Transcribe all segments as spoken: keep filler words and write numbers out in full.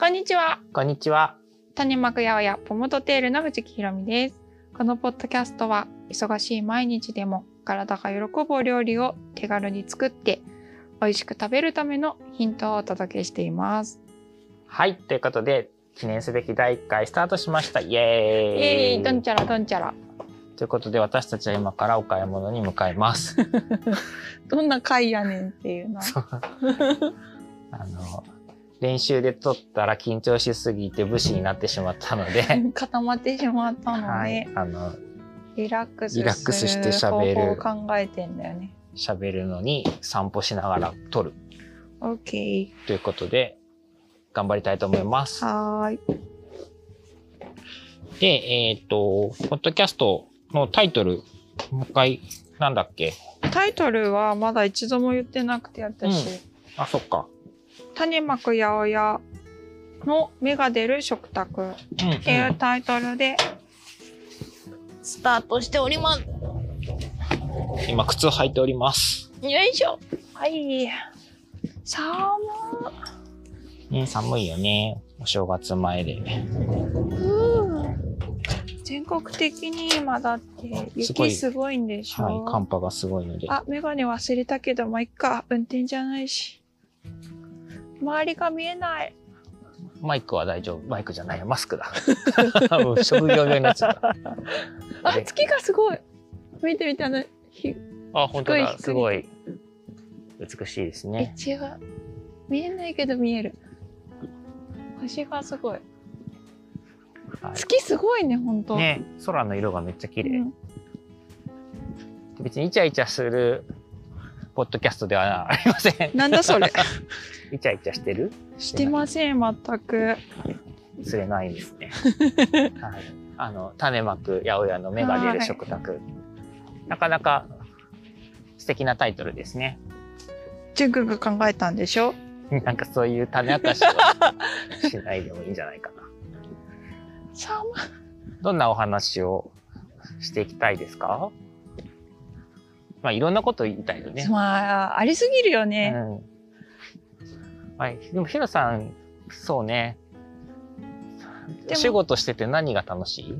こんにちは。 こんにちは。 種まくやおやポモトテールの藤木ひろみです。このポッドキャストは忙しい毎日でも体が喜ぶお料理を手軽に作って美味しく食べるためのヒントをお届けしています。 はい、ということで記念すべきだいいっかいスタートしました。イエーイ。 イエーイ、どんちゃらどんちゃら。 ということで私たちは今からお買い物に向かいます。 どんな回やねんっていうな。 あの練習で撮ったら緊張しすぎて武士になってしまったので固まってしまったので、はい、 あのリラックスリラックスして喋る方法を考えてんだよね。 喋るのに散歩しながら撮る。 OK。 ということで頑張りたいと思います。 はーい。 で、えっとポッドキャストのタイトルもう一回なんだっけ？ タイトルはまだ一度も言ってなくて私。 うん、あ、そっか。 種まくやおやの芽が出る食卓っていうタイトルでスタートしております。 今靴を履いております。 よいしょ。はい。寒い。ね、寒いよね。お正月前で。 全国的に今だって雪すごいんでしょ。 はい、寒波がすごいので。 あ、メガネ忘れたけど、まあ、いっか。運転じゃないし。周りが見えない。 マイクは大丈夫。マイクじゃないよ。マスクだ。職業病になっちゃった。 あ、月がすごい。見てみて、あの、ひあ、本当だ。すごい。美しいですね。 一応、見えないけど見える。星がすごい。はい、月すごいね、本当。 ね、空の色がめっちゃ綺麗。うん、別にイチャイチャするポッドキャストではありません。 なんだそれ。 イチャイチャしてる？ してません、全く。 それないですね。はい、あの種まく八百屋の芽が出る食卓。なかなか素敵なタイトルですね。 ジュン君が考えたんでしょ？ なんかそういう種明かしをしないでもいいんじゃないかな。どんなお話をしていきたいですか？まあいろんなこと言いたいよね。 まあありすぎるよね。うん、 はい、でもヒロさん、そうね。仕事してて何が楽しい？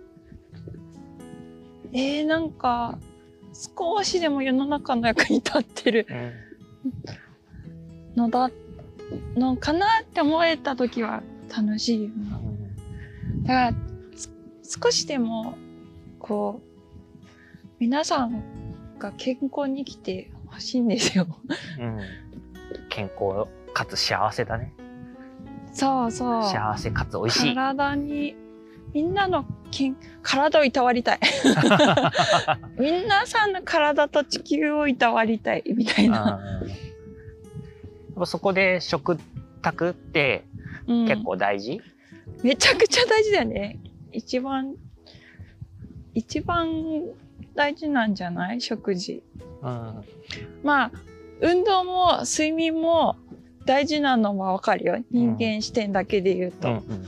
えー、なんか少しでも世の中の役に立ってるのだのかなって思えた時は楽しいよね。だから少しでもこう皆さんが健康に生きてほしいんですよ。 うん、健康かつ幸せだね。 そうそう。 幸せかつ美味しい。 体にみんなの健体をいたわりたい。皆さんの体と地球をいたわりたいみたいな。 やっぱそこで食卓って結構大事？ うん、めちゃくちゃ大事だよね。一番一番大事なんじゃない？食事。うん、まあ運動も睡眠も大事なのはわかるよ。人間視点だけで言うと。うんうんうん、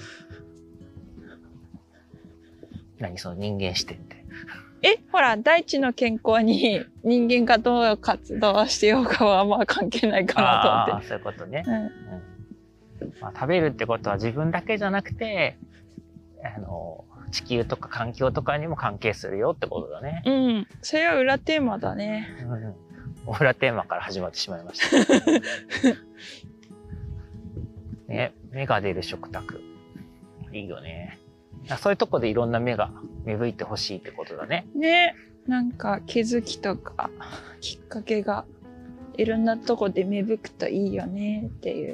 何その人間視点って？ え、ほら大地の健康に人間がどう活動してようかはまあ関係ないかなと思って。 ああ、そういうことね。うんうん、まあ、食べるってことは自分だけじゃなくて、あの地球とか環境とかにも関係するよってことだね。 うん、それは裏テーマだね。 うん、裏テーマから始まってしまいました。ね、芽が出る食卓。いいよね。そういうとこでいろんな芽が芽吹いてほしいってことだね。 ね、なんか気づきとかきっかけがいろんなとこで芽吹くといいよねっていう。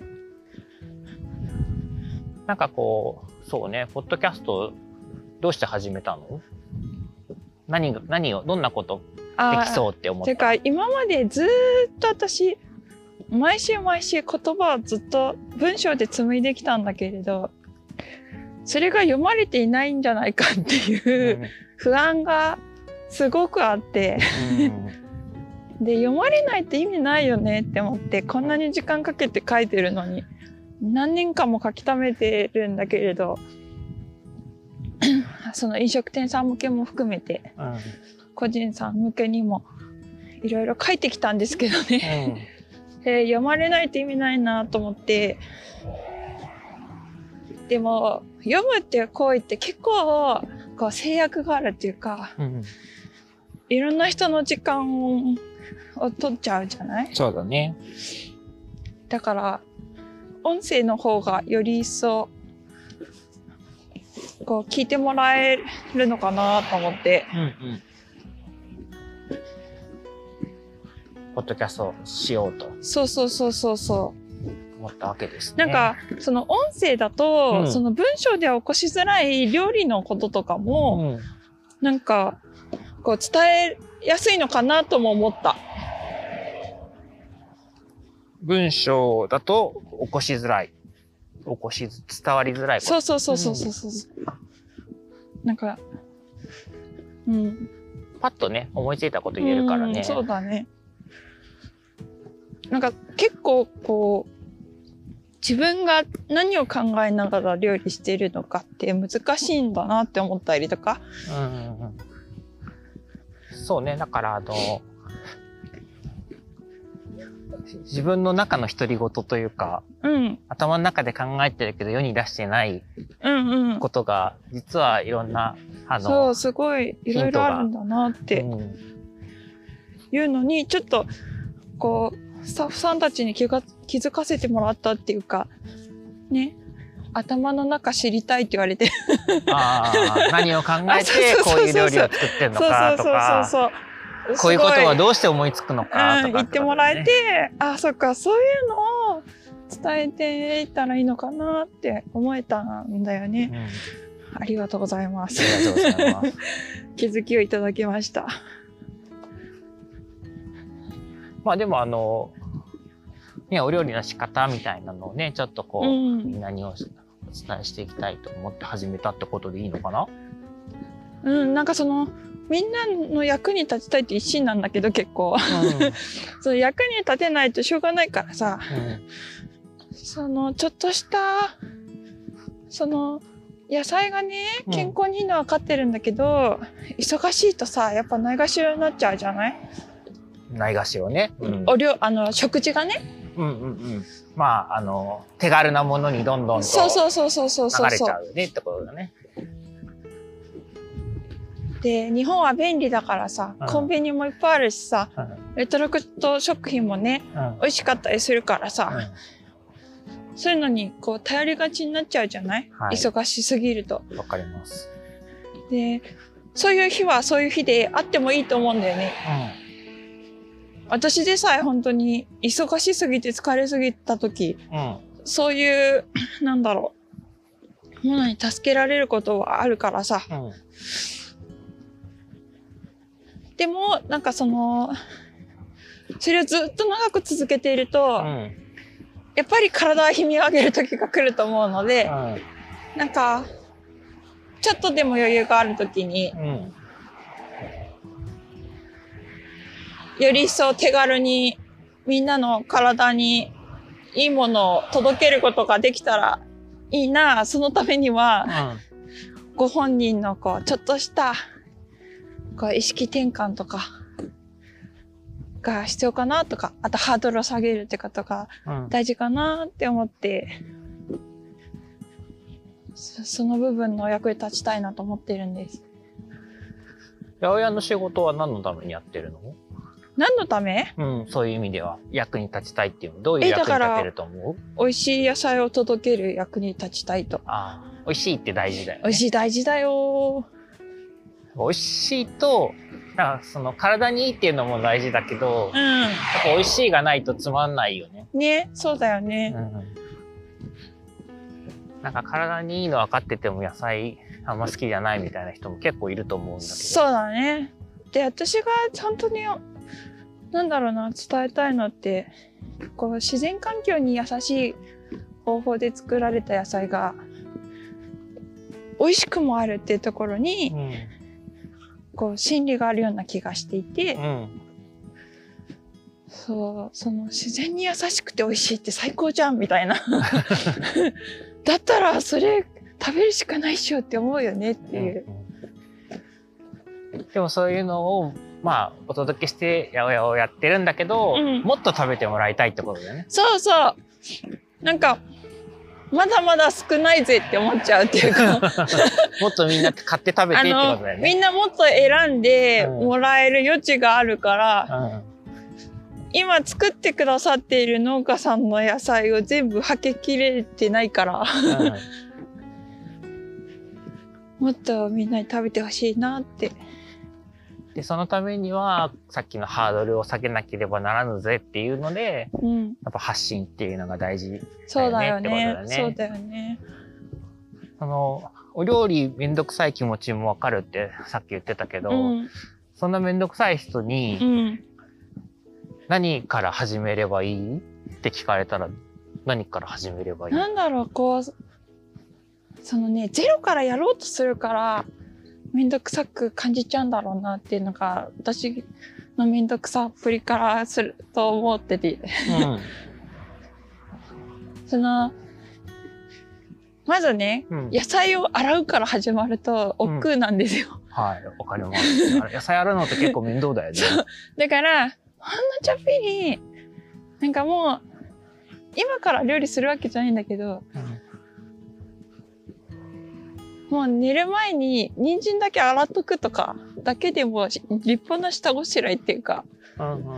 なんかこう、そうね、ポッドキャストどうして始めたの？何が、何を、どんなことできそうって思った？ てか今までずーっと私毎週毎週言葉をずっと文章で紡いできたんだけれど、それが読まれていないんじゃないかっていう不安がすごくあって、うん、で読まれないって意味ないよねって思って、こんなに時間かけて書いてるのに何年間も書き溜めてるんだけれどその飲食店さん向けも含めて、うん、個人さん向けにもいろいろ書いてきたんですけどね、うん、で読まれないと意味ないなと思って、 でも読むっていう行為って結構こう制約があるっていうか、 うん、 いろんな人の時間を取っちゃうじゃない？ そうだね。 だから音声の方がより一層こう聞いてもらえるのかなと思って、 うんうん、ポッドキャストしようとそうそうそうそうそう思ったわけですね。 なんかその音声だと、 うん、 その文章では起こしづらい料理のこととかも、うん、なんかこう伝えやすいのかなとも思った。 文章だと起こしづらい、起こし伝わりづらいこと。 そうそうそうそうそうそう、うん、なんかうんパッとね思いついたこと言えるからね、 うん、そうだね。なんか結構こう自分が何を考えながら料理しているのかって難しいんだなって思ったりとか、 うんうんうん、そうね。だからあの自分の中の独り言というか、うん、頭の中で考えてるけど世に出してないことが、うんうん、実はいろんなあのそうすごいいろいろあるんだなっていうのに、ちょっとこうスタッフさんたちに気が気づかせてもらったっていうかね、頭の中知りたいって言われてあ何を考えてこういう料理を作ってるのかとか、こういうことはどうして思いつくのかとか、 うん、言ってもらえて、あそっかそういうのを伝えていったらいいのかなって思えたんだよね、うん、ありがとうございます。 ありがとうございます気づきをいただきました。 まあでもあのね、お料理の仕方みたいなのをね、ちょっとこう、うん、みんなにお伝えしていきたいと思って始めたってことでいいのかな？うん、 なんかそのみんなの役に立ちたいって一心なんだけど結構、うん、その役に立てないとしょうがないからさ、うん、そのちょっとしたその野菜がね健康にいいのは分かってるんだけど、うん、忙しいとさやっぱないがしろになっちゃうじゃない？ ないがしろね、 うん、お料あの食事がね。 うんうんうん、まああの手軽なものにどんどんと流れちゃうねってことだね。 で日本は便利だからさ、うん、コンビニもいっぱいあるしさ、うん、レトルト食品もね、うん、美味しかったりするからさ、うん、そういうのにこう頼りがちになっちゃうじゃない、はい、忙しすぎると。 わかります。 でそういう日はそういう日であってもいいと思うんだよね。うん、私でさえ本当に忙しすぎて疲れすぎた時、うん、そういうなんだろうものに助けられることはあるからさ、うん、でもなんかそのそれをずっと長く続けていると、うん、やっぱり体は悲鳴を上げる時が来ると思うので、うん、なんかちょっとでも余裕がある時に、うんより一層手軽にみんなの体にいいものを届けることができたらいいな。そのためには、うん、ご本人のこうちょっとしたこう意識転換とかが必要かなとか、あとハードルを下げるってことが大事かなって思って、うん、そ, その部分の役に立ちたいなと思ってるんです。 八百屋の仕事は何のためにやってるの？ 何のため？ うん、そういう意味では役に立ちたいっていうのどういう役に立てると思う？ 美味しい野菜を届ける役に立ちたいと。 ああ、美味しいって大事だよね。 美味しい大事だよ。 美味しいと、なんかその体にいいっていうのも大事だけど、うん、やっぱ美味しいがないとつまんないよね。 ね、そうだよね。うん、 なんか体にいいの分かってても野菜あんま好きじゃないみたいな人も結構いると思うんだけど。 そうだね。で、私が本当になんだろうな伝えたいのってこう自然環境に優しい方法で作られた野菜が美味しくもあるっていうところに、うん、こう真理があるような気がしていて、うん、そうその自然に優しくて美味しいって最高じゃんみたいなだったらそれ食べるしかないっしょって思うよねっていう、 うんうん、でもそういうのをまあお届けして八百屋をやってるんだけど、うん、もっと食べてもらいたいってことだよね。 そうそうなんかまだまだ少ないぜって思っちゃうっていうかもっとみんな買って食べてってことだよね。 みんなもっと選んでもらえる余地があるから、うん、今作ってくださっている農家さんの野菜を全部はけきれてないから、うん、もっとみんなに食べてほしいなって。 でそのためにはさっきのハードルを下げなければならぬぜっていうので、うん、やっぱ発信っていうのが大事だよね。 そうだよね。 ってことだね。 そうだよね。 あのお料理めんどくさい気持ちもわかるってさっき言ってたけど、うん、そんなめんどくさい人に、うん、何から始めればいいって聞かれたら何から始めればいい？ なんだろう、こうそのねゼロからやろうとするからめんどくさく感じちゃうんだろうなっていうのが私のめんどくさっぷりからすると思ってて、うん、そのまずね、うん、野菜を洗うから始まると億劫なんですよ、 うん、はい、わかります。野菜洗うのって結構面倒だよねだからほんのちょっぴりなんかもう今から料理するわけじゃないんだけど、うんもう寝る前に人参だけ洗っとくとかだけでも立派な下ごしらえっていうか、うんうんうん、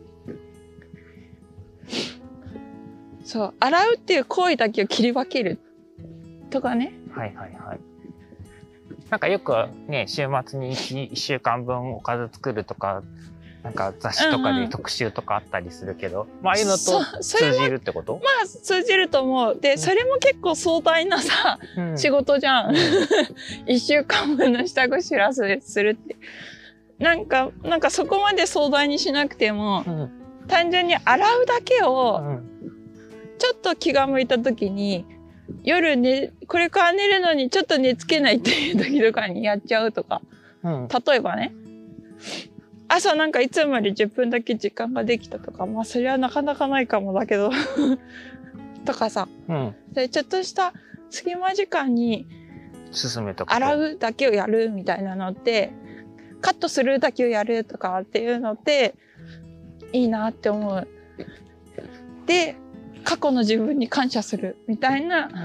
そう洗うっていう行為だけを切り分けるとかね。 はいはいはい。なんかよくね週末に 1, いっしゅうかんぶんおかず作るとかなんか雑誌とかで特集とかあったりするけど、うんうん、まあああいうのと通じるってこと？ まあ通じると思う。で、それも結構壮大なさ、うん、仕事じゃん。いっしゅうかんぶんの下ごしらえするって。なんか、なんかそこまで壮大にしなくても、うん、単純に洗うだけを、うん、ちょっと気が向いた時に、夜寝、これから寝るのにちょっと寝つけないっていう時とかにやっちゃうとか。うん、例えばね。朝なんかいつもよりじゅっぷんだけ時間ができたとか、まあそれはなかなかないかもだけどとかさ、うん、でちょっとした隙間時間に進めとく洗うだけをやるみたいなのってカットするだけをやるとかっていうのっていいなって思う。で過去の自分に感謝するみたいな、うん、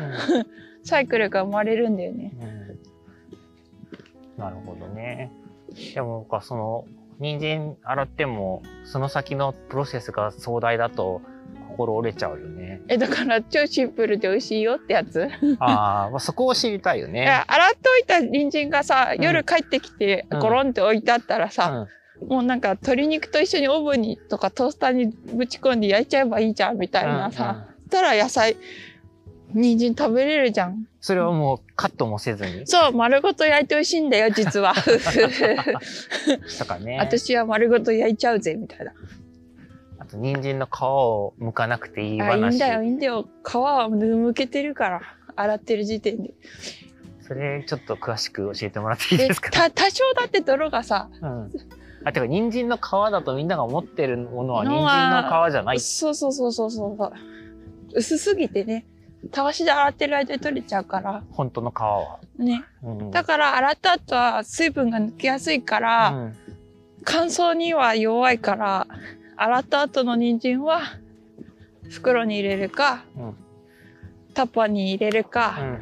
サイクルが生まれるんだよね、 うん、なるほどね。でもかその人参洗ってもその先のプロセスが壮大だと心折れちゃうよね。 えだから超シンプルで美味しいよってやつあ、まあそこを知りたいよね。 洗っといた人参がさ、うん、夜帰ってきてゴロンって置いてあったらさ、うん、もうなんか鶏肉と一緒にオーブンにとかトースターにぶち込んで焼いちゃえばいいじゃんみたいなさ、そしたら野菜人参食べれるじゃん。 それはもうカットもせずに。 そう、丸ごと焼いて美味しいんだよ、実は。 とかね。 私は丸ごと焼いちゃうぜ、みたいな。 あと、人参の皮を剥かなくていい話。 あ、いいんだよ、いいんだよ。皮は剥けてるから、洗ってる時点で。 それ、ちょっと詳しく教えてもらっていいですか？ た多少だって泥がさ。 うん。あ、てか、人参の皮だとみんなが思ってるものは人参の皮じゃない。 そうそうそうそうそう。薄すぎてね。たわしで洗ってる間に取れちゃうから。 本当の皮は。 ね。うん、だから洗った後は水分が抜けやすいから、うん、乾燥には弱いから、洗った後の人参は袋に入れるか、うん、タッパーに入れるか、うん、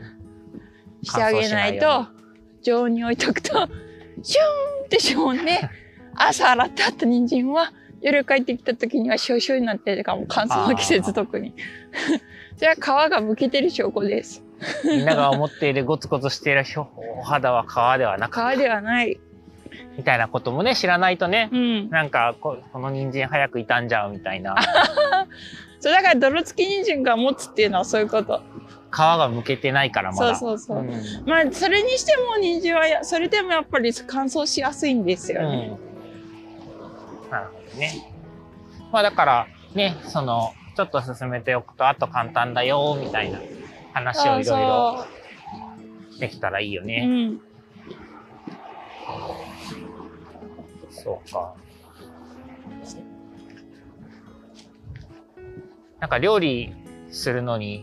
してあげないと、常温に置いとくと、シューンってしぼんで、朝洗った後人参は夜帰ってきた時にはシューシューになってるかも、乾燥の季節特に。それは皮がむけてる証拠です。 みんなが思っているゴツゴツしているお肌は皮ではなく皮ではない。 みたいなこともね、知らないとね、うん、なんかこ、この人参早く傷んじゃうみたいな。 そう、だから泥付き人参が持つっていうのはそういうこと。 皮がむけてないからまだ。 そうそうそう。うん、まあ、それにしても人参はや、それでもやっぱり乾燥しやすいんですよね。 うん、なるほどね。まあだからね、その、ちょっと進めておくとあと簡単だよみたいな話をいろいろできたらいいよね。うん、そうか。なんか料理するのに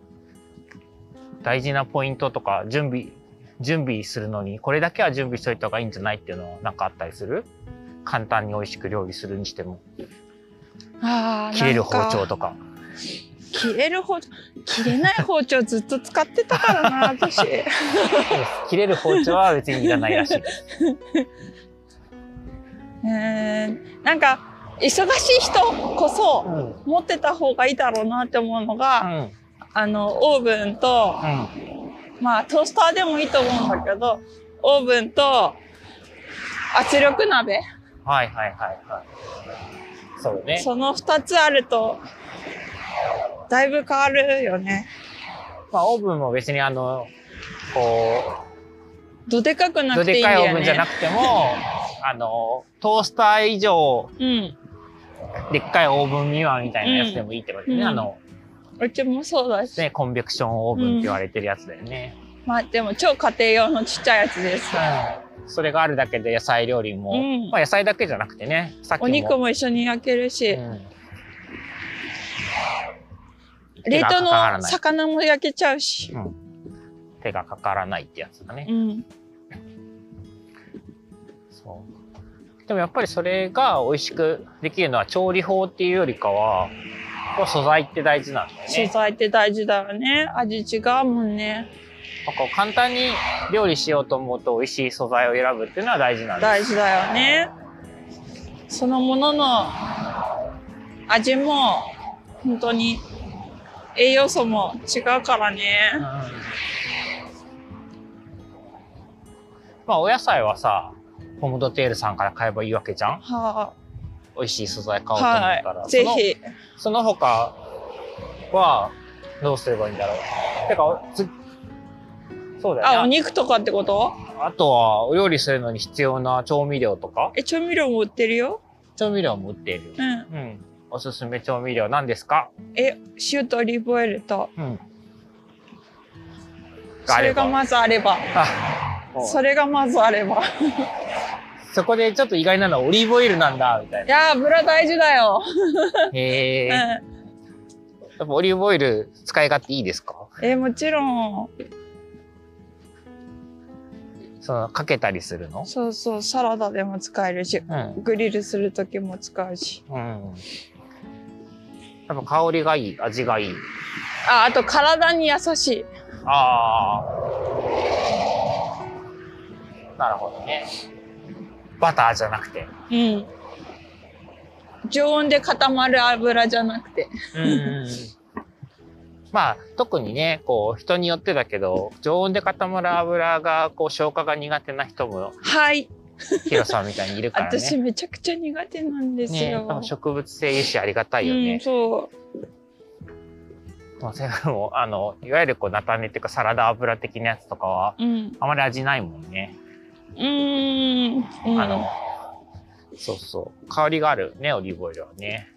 大事なポイントとか準備準備するのにこれだけは準備しといた方がいいんじゃないっていうのはなんかあったりする？簡単に美味しく料理するにしても。 あ、 切れる包丁とか。 切れる包丁、切れない包丁ずっと使ってたからな、私。 切れる包丁は別にいらないらしい。 えー、なんか、忙しい人こそ持ってた方がいいだろうなって思うのが、うん、あの、オーブンと、うん、まあ、トースターでもいいと思うんだけど、オーブンと圧力鍋。 はいはいはいはい。そうね。 その二つあると、だいぶ変わるよね。 まあ、オーブンも別にあの、こう、どでかくなくていいんだよね。 どでかいオーブンじゃなくても、あの、トースター以上、うん、でっかいオーブン未満みたいなやつでもいいってことね。うん、あの、 うちもそうだし。 ね、コンベクションオーブンって言われてるやつだよね。 うん、まあでも超家庭用のちっちゃいやつです。 うん、それがあるだけで野菜料理も、うん、まあ野菜だけじゃなくてね、さっきもお肉も一緒に焼けるし、うん、冷凍の魚も焼けちゃうし、うん、 手がかからないってやつだね。うん、そうでもやっぱりそれが美味しくできるのは調理法っていうよりかは素材って大事なんだよね。 素材って大事だよね。味違うもんね。 こう簡単に料理しようと思うと美味しい素材を選ぶっていうのは大事なんです。 大事だよね。そのものの味も本当に栄養素も違うからね。うん、 まあお野菜はさ、ポムドテールさんから買えばいいわけじゃん。はあ、美味しい素材買おうと思ったら、 はい、ぜひ。 その他はどうすればいいんだろう。てかつそうだよね。 あ、お肉とかってこと？ あとはお料理するのに必要な調味料とか。 え、調味料も売ってるよ。 調味料も売っている。うん。うん。おすすめ調味料何ですか？ え、塩とオリーブオイルと。うん。それがまずあれば。それがまずあれば。 そこでちょっと意外なのはオリーブオイルなんだみたいな。 いやー、油大事だよ。 へえ。うん、やっぱオリーブオイル使い勝手いいですか？ えー、もちろん。 そのかけたりするの？ そうそう、サラダでも使えるし、うん、グリルする時も使うし。うん。 やっぱ香りがいい、味がいい。 あ、あと体に優しい。ああ。 なるほどね。バターじゃなくて。うん。 常温で固まる油じゃなくて。うん。 まあ特にね、こう人によってだけど、常温で固まる油がこう消化が苦手な人も。 はい。 ヒロさんみたいにいるからね。 私めちゃくちゃ苦手なんですよ。 ね、植物性油脂ありがたいよね。 うん、そう。 まあ、それもあのいわゆるこう菜種っていうかサラダ油的なやつとかは、うん、あまり味ないもんね。うーん。うん、あのそうそう香りがあるねオリーブオイルはね。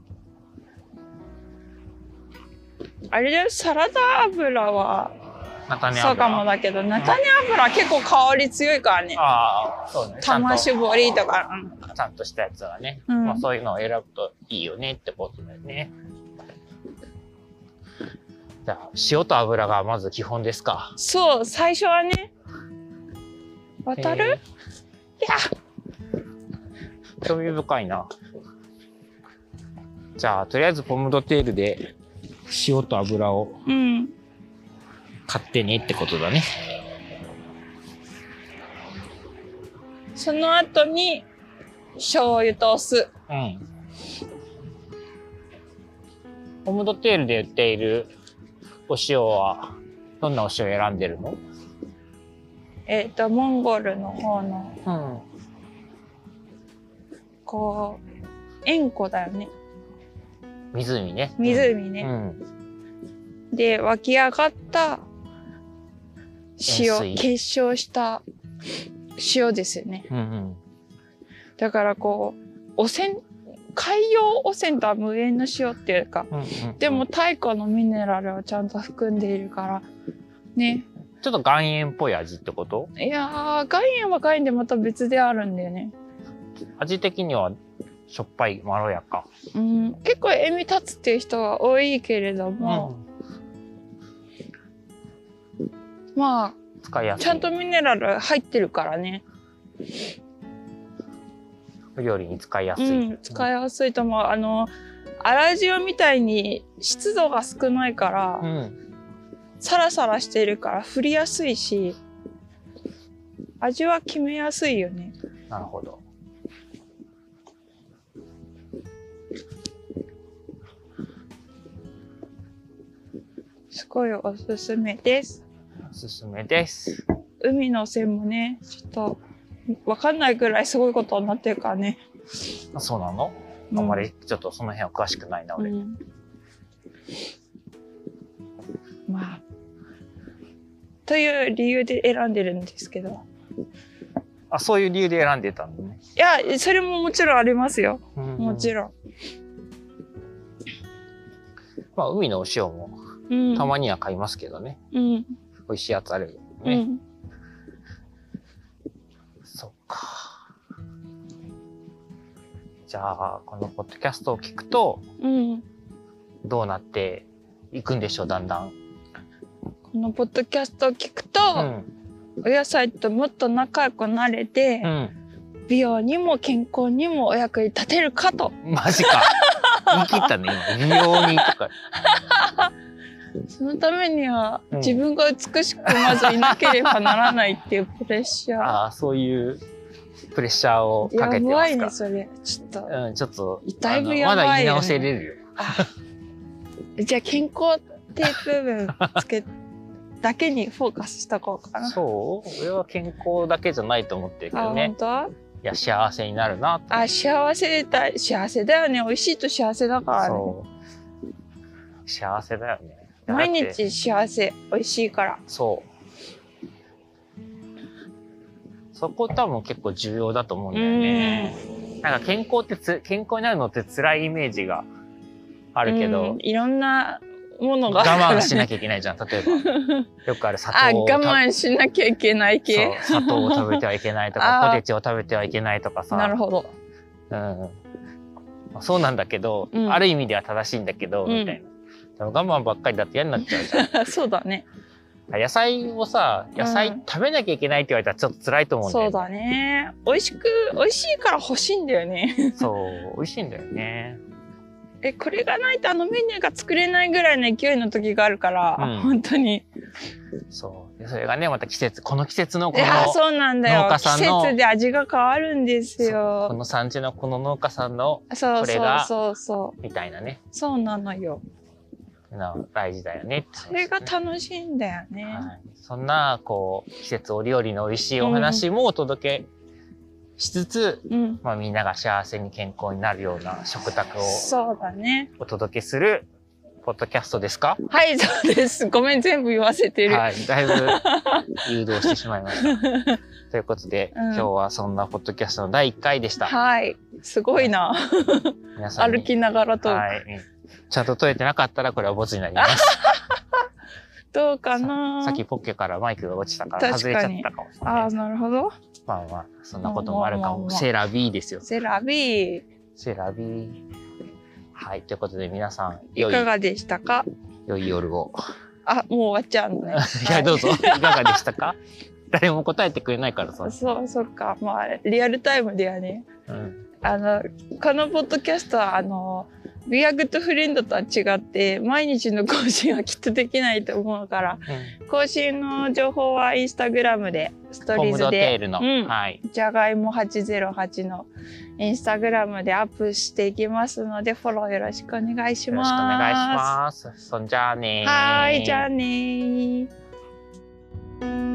あれでサラダ油は菜種油そうかもだけど菜種油結構香り強いからね。 ああそうね。 玉絞りとかちゃんとしたやつはね、うん、まあ、そういうのを選ぶといいよねってことだよね。じゃあ塩と油がまず基本ですか。 そう最初はね。渡る？いや興味深いな。じゃあとりあえずポムドテールで塩と油を買ってねってことだね。 うん、その後に醤油とお酢。うん。 ポムドテールで売っているお塩はどんなお塩を選んでるの？ えっとモンゴルの方の、うん、こう塩湖だよね。 湖ね。 湖ね。うん、で湧き上がった塩、結晶した塩ですよね。うんうん、だからこう汚染海洋汚染とは無縁の塩っていうか、うんうんうん、でも太古のミネラルをちゃんと含んでいるからね。 ちょっと岩塩っぽい味ってこと？ いやー岩塩は岩塩でまた別であるんだよね。 味的にはしょっぱいまろやか。 うん、結構塩味立つっていう人は多いけれども、うん、まあ使いやすい。 ちゃんとミネラル入ってるからね。 お料理に使いやすい。 うん、使いやすいと思う。あのアラジオみたいに湿度が少ないから、 うん、 サラサラしてるから振りやすいし、味は決めやすいよね。 なるほど。 すごいおすすめです。 おすすめです。 海の線もね、ちょっとわかんないぐらいすごいことになってるからね。 あ、そうなの？うん、あんまりちょっとその辺は詳しくないな、俺。うん、 まあ。という理由で選んでるんですけど。 あ、そういう理由で選んでたんだね。 いや、それももちろんありますよ。うんうん、もちろん。 まあ、海のお塩も、たまには買いますけどね。うん。美味しいやつあるよね。うん、そっか。じゃあ、このポッドキャストを聞くと、うん、どうなっていくんでしょう、だんだん。 このポッドキャストを聞くと、うん、お野菜ともっと仲良くなれて、うん、美容にも健康にもお役に立てるかと。 マジか。言い切ったね、今。美容にとか。 そのためには、うん、自分が美しくまずいなければならないっていうプレッシャー。 ああ、そういうプレッシャーをかけてますか。やばいね、 それ。ちょっと。 うん、ちょっと。 だいぶやばい、ね。 まだ言い直せれるよ。 じゃあ健康って部分つけだけにフォーカスしたこうかな。 そう？俺は健康だけじゃないと思ってるけどね。 あ、本当？ いや、幸せになるな。 あ、幸せだ、幸せだよね。美味しいと幸せだからね。そう。 幸せだよね。 毎日幸せ、美味しいから。 そう。そこ多分結構重要だと思うんだよね。なんか健康ってつ、健康になるのって辛いイメージがあるけど。 いろんなものが、 ね、我慢しなきゃいけないじゃん。例えば。よくある砂糖を。 あ、我慢しなきゃいけない系。 そう。砂糖を食べてはいけないとか、ポテチを食べてはいけないとかさ。 なるほど。 うん。そうなんだけど、うん、ある意味では正しいんだけど、うん、みたいな。我慢ばっかりだって嫌になっちゃうじゃん。 そうだね。 野菜をさ、野菜食べなきゃいけないって言われたらちょっと辛いと思うんだよね。 そうだね。美味しく、美味しいから欲しいんだよね。 そう、美味しいんだよね。 え、これがないとあのメニューが作れないぐらいの勢いの時があるから、うん、本当に。 そう。それがね、また季節、この季節のこの農家さんの。そうなんだよ。 季節で味が変わるんですよ。 この産地のこの農家さんの、 そうこれが、 そうそう。 みたいなね。 そうなのよ。 大事だよねって、ね。 それが楽しいんだよね。はい、 そんな、こう、季節折々の美味しいお話もお届けしつつ、うん、まあみんなが幸せに健康になるような食卓をそうだね。 お届けするポッドキャストですか？ はい、そうです。ごめん、全部言わせてる。 はい、だいぶ誘導してしまいました。ということで、うん、今日はそんなポッドキャストのだいいっかいでした。 はい、すごいな。皆さん歩きながらと。 はい。ちゃんと取れてなかったらこれはボツになります。 どうかなさ, さっきポッケからマイクが落ちたから外れちゃったかもしれない。 ああ、なるほど。 まあまあ、そんなこともあるかも。まあまあまあ、セラビーですよ。 セラビー。 セラビー。はい。ということで皆さん、 いかがでしたか？ 良い夜を。 あ、もう終わっちゃうのね。 いや、どうぞ。いかがでしたか？誰も答えてくれないからさ。 そう、そっか。まあ、リアルタイムではね。うん、あの、このポッドキャストは、あの、We are good friend とは違って、毎日の更新はきっとできないと思うから、うん、更新の情報はインスタグラムで、ストーリーズで、ホームドテールの、うん、はい、じゃがいもはちぜろはちのインスタグラムでアップしていきますので、フォローよろしくお願いします。 よろしくお願いします。そんじゃあねー。 はい、じゃあねー。